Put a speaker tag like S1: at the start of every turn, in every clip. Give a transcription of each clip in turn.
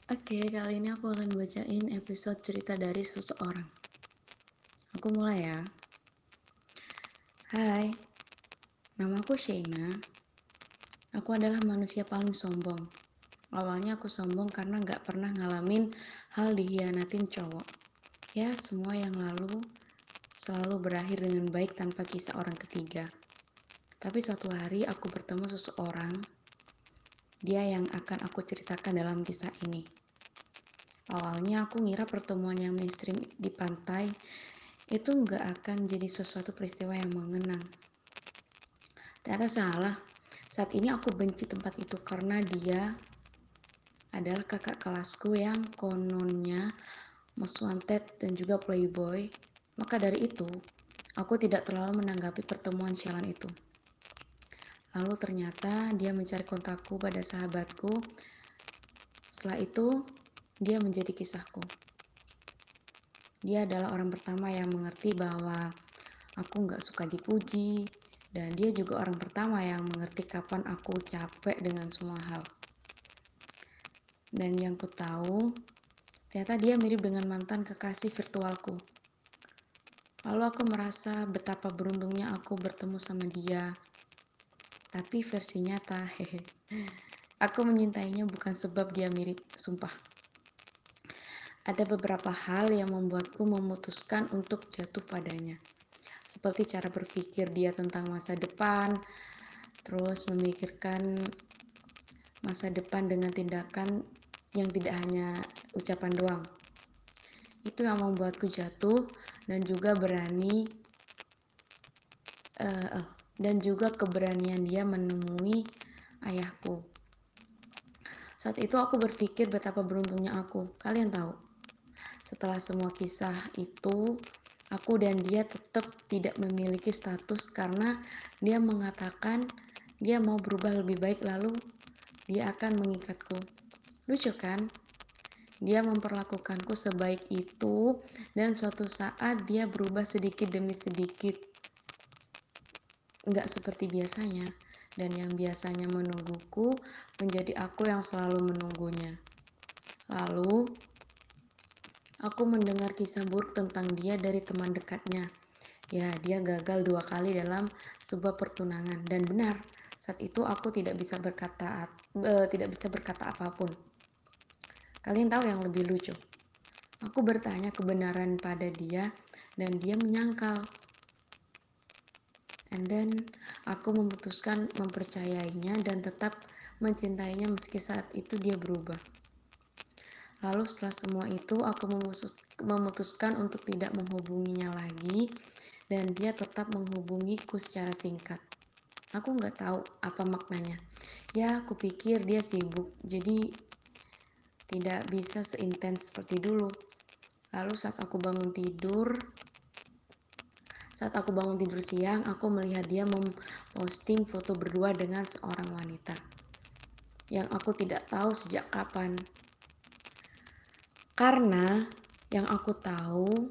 S1: Oke, kali ini aku akan bacain episode cerita dari seseorang. Aku mulai ya. Hai, namaku Sheina. Aku adalah manusia paling sombong. Awalnya aku sombong karena gak pernah ngalamin hal dihianatin cowok. Ya, semua yang lalu selalu berakhir dengan baik tanpa kisah orang ketiga. Tapi suatu hari aku bertemu seseorang, dia yang akan aku ceritakan dalam kisah ini. Awalnya aku ngira pertemuan yang mainstream di pantai itu nggak akan jadi sesuatu peristiwa yang mengenang. Ternyata salah. Saat ini aku benci tempat itu karena dia adalah kakak kelasku yang kononnya most wanted dan juga playboy. Maka dari itu, aku tidak terlalu menanggapi pertemuan sialan itu. Lalu ternyata dia mencari kontakku pada sahabatku. Setelah itu, dia menjadi kisahku. Dia adalah orang pertama yang mengerti bahwa aku gak suka dipuji, dan dia juga orang pertama yang mengerti kapan aku capek dengan semua hal. Dan yang ku tahu, ternyata dia mirip dengan mantan kekasih virtualku. Lalu aku merasa betapa beruntungnya aku bertemu sama dia. Tapi versi nyata, hehe. Aku menyintainya bukan sebab dia mirip, sumpah. Ada beberapa hal yang membuatku memutuskan untuk jatuh padanya. Seperti cara berpikir dia tentang masa depan, terus memikirkan masa depan dengan tindakan yang tidak hanya ucapan doang. Itu yang membuatku jatuh dan juga dan juga keberanian dia menemui ayahku. Saat itu aku berpikir betapa beruntungnya aku. Kalian tahu, setelah semua kisah itu, aku dan dia tetap tidak memiliki status karena dia mengatakan dia mau berubah lebih baik, lalu dia akan mengikatku. Lucu kan? Dia memperlakukanku sebaik itu dan suatu saat dia berubah sedikit demi sedikit. Nggak seperti biasanya. Dan yang biasanya menungguku menjadi aku yang selalu menunggunya. Lalu, aku mendengar kisah buruk tentang dia dari teman dekatnya. Ya, dia gagal 2 kali dalam sebuah pertunangan. Dan benar, saat itu aku tidak bisa berkata apapun. Kalian tahu yang lebih lucu? Aku bertanya kebenaran pada dia dan dia menyangkal. And then aku memutuskan mempercayainya dan tetap mencintainya meski saat itu dia berubah. Lalu setelah semua itu aku memutuskan untuk tidak menghubunginya lagi dan dia tetap menghubungiku secara singkat. Aku nggak tahu apa maknanya. Ya, aku pikir dia sibuk, jadi tidak bisa seintens seperti dulu. Lalu saat aku bangun tidur siang, aku melihat dia memposting foto berdua dengan seorang wanita yang aku tidak tahu sejak kapan. Karena yang aku tahu,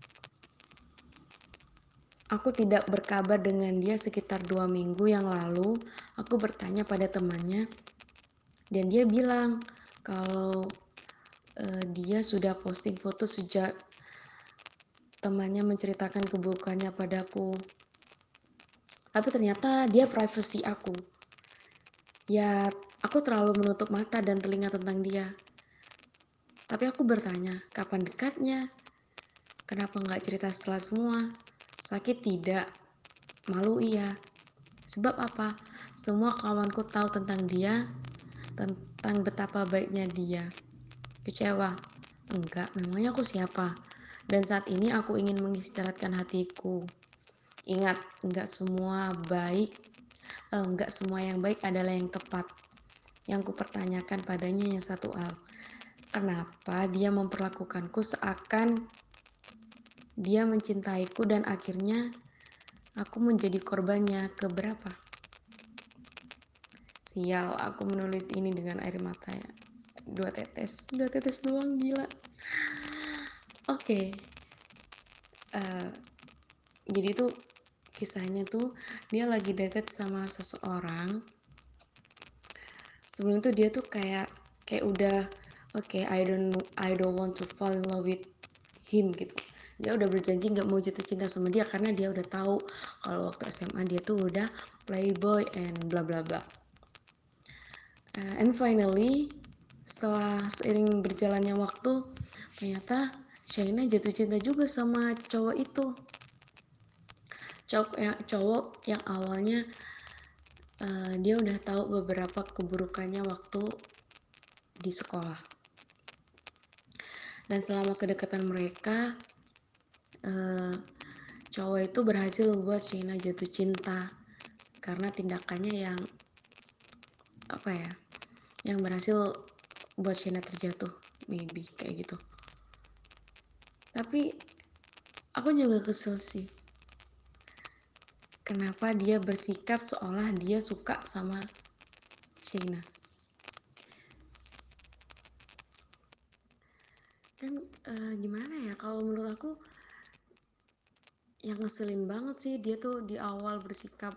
S1: aku tidak berkabar dengan dia sekitar 2 minggu yang lalu. Aku bertanya pada temannya dan dia bilang kalau dia sudah posting foto sejak temannya menceritakan keburukannya padaku. Tapi ternyata dia privacy aku. Ya, aku terlalu menutup mata dan telinga tentang dia. Tapi aku bertanya, kapan dekatnya? Kenapa nggak cerita setelah semua? Sakit tidak? Malu iya. Sebab apa? Semua kawanku tahu tentang dia, tentang betapa baiknya dia. Kecewa? Enggak, memangnya aku siapa? Dan saat ini aku ingin mengistirahatkan hatiku. Ingat, enggak semua yang baik adalah yang tepat. Yang kupertanyakan padanya yang satu hal. Kenapa dia memperlakukanku seakan dia mencintaiku dan akhirnya aku menjadi korbannya keberapa? Sial, aku menulis ini dengan air mata ya. 2 tetes doang, gila. Oke. Jadi tuh kisahnya tuh dia lagi deket sama seseorang. Sebelum itu dia tuh kayak udah oke, I don't want to fall in love with him gitu. Dia udah berjanji nggak mau jatuh cinta sama dia karena dia udah tahu kalau waktu SMA dia tuh udah playboy and bla bla bla. And finally, setelah seiring berjalannya waktu, ternyata Shaina jatuh cinta juga sama cowok itu. Cowok yang awalnya dia udah tahu beberapa keburukannya waktu di sekolah. Dan selama kedekatan mereka, cowok itu berhasil membuat Shaina jatuh cinta karena tindakannya yang apa ya, yang berhasil buat Shaina terjatuh, maybe kayak gitu. Tapi aku juga kesel sih, kenapa dia bersikap seolah dia suka sama Shaina. Kan gimana ya, kalau menurut aku yang ngeselin banget sih dia tuh di awal bersikap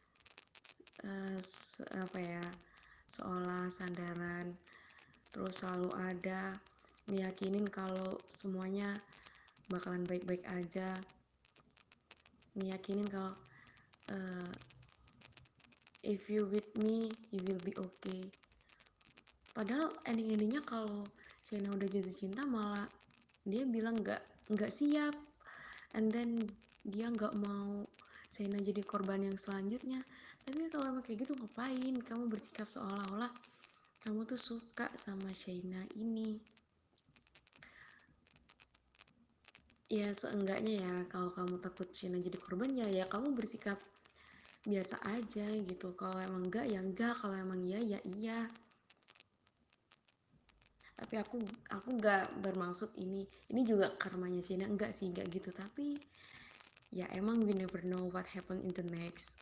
S1: apa ya, seolah sandaran, terus selalu ada meyakinin kalau semuanya bakalan baik-baik aja, meyakinin kalau uh, if you with me you will be okay. Padahal endingnya kalau Shena udah jatuh cinta malah dia bilang nggak siap, and then dia nggak mau Shena jadi korban yang selanjutnya. Tapi kalau emang kayak gitu, ngapain kamu bersikap seolah-olah kamu tuh suka sama Shena ini? Ya seenggaknya ya, kalau kamu takut Shena jadi korban, ya kamu bersikap biasa aja gitu. Kalau emang enggak ya enggak, kalau emang iya ya iya. Tapi aku nggak bermaksud ini juga karmanya Shena, enggak sih, enggak gitu. Tapi ya emang we never know what happen in the next.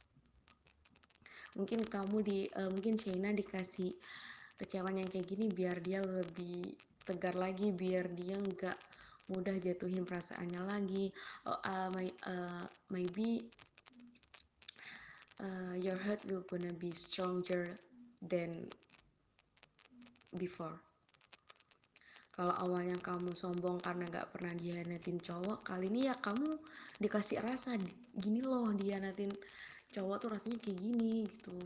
S1: Mungkin Shena dikasih kecewaan yang kayak gini biar dia lebih tegar lagi, biar dia nggak mudah jatuhin perasaannya lagi. Maybe your heart will gonna be stronger than before. Kalau awalnya kamu sombong karena gak pernah dihianatin cowok, kali ini ya kamu dikasih rasa gini loh, dihianatin cowok tuh rasanya kayak gini gitu.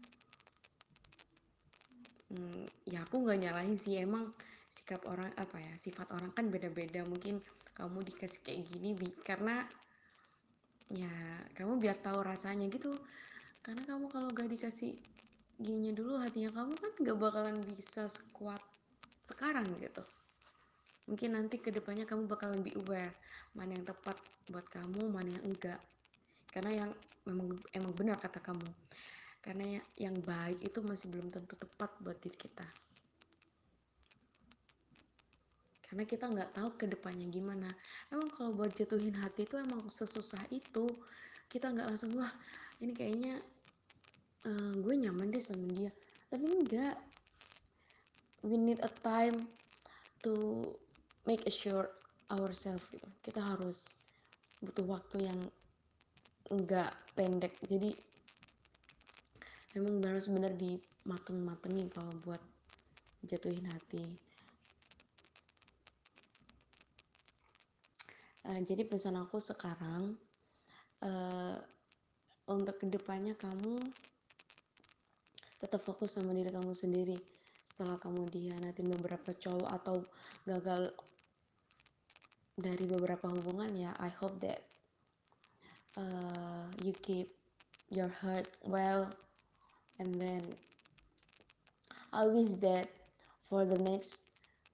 S1: Ya aku nggak nyalahin sih, emang sikap orang apa ya, sifat orang kan beda-beda. Mungkin kamu dikasih kayak gini karena ya kamu biar tahu rasanya gitu. Karena kamu kalau gak dikasih gininya dulu, hatinya kamu kan gak bakalan bisa sekuat sekarang gitu. Mungkin nanti kedepannya kamu bakal lebih aware mana yang tepat buat kamu, mana yang enggak. Karena yang emang benar kata kamu, karena yang baik itu masih belum tentu tepat buat diri kita, karena kita nggak tahu kedepannya gimana. Emang kalau buat jatuhin hati itu emang sesusah itu. Kita nggak langsung wah ini kayaknya gue nyaman deh sama dia, tapi enggak, we need a time to make sure ourselves gitu. Kita harus butuh waktu yang enggak pendek, jadi emang benar-benar dimateng-matengin kalau buat jatuhin hati. Jadi pesan aku sekarang, uh, untuk kedepannya kamu tetap fokus sama diri kamu sendiri. Setelah kamu dihianatin beberapa cowok atau gagal dari beberapa hubungan, ya I hope that you keep your heart well, and then I wish that for the next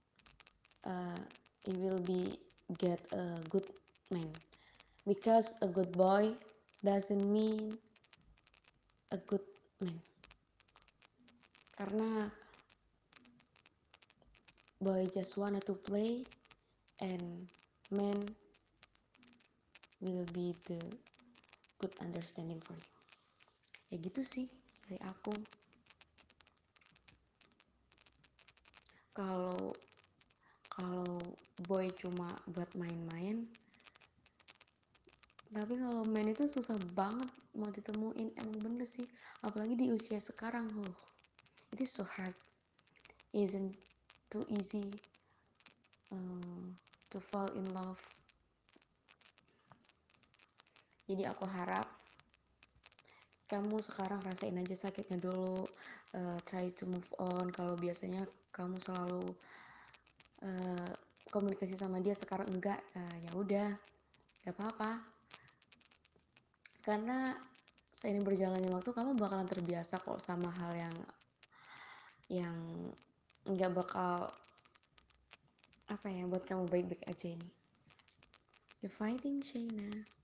S1: you will be get a good man, because a good boy doesn't mean a good man, karena boy just wanna to play and man will be the good understanding for you. Ya gitu sih dari aku. Kalau kalau boy cuma buat main-main, tapi kalau main itu susah banget mau ditemuin, emang bener sih, apalagi di usia sekarang. It is so hard, isn't too easy to fall in love. Jadi aku harap kamu sekarang rasain aja sakitnya dulu, try to move on. Kalau biasanya kamu selalu komunikasi sama dia, sekarang enggak, ya udah, gak apa-apa. Karena seiring berjalannya waktu kamu bakalan terbiasa kok sama hal yang nggak bakal apa ya buat kamu baik-baik aja ini. You're fighting, Shayna.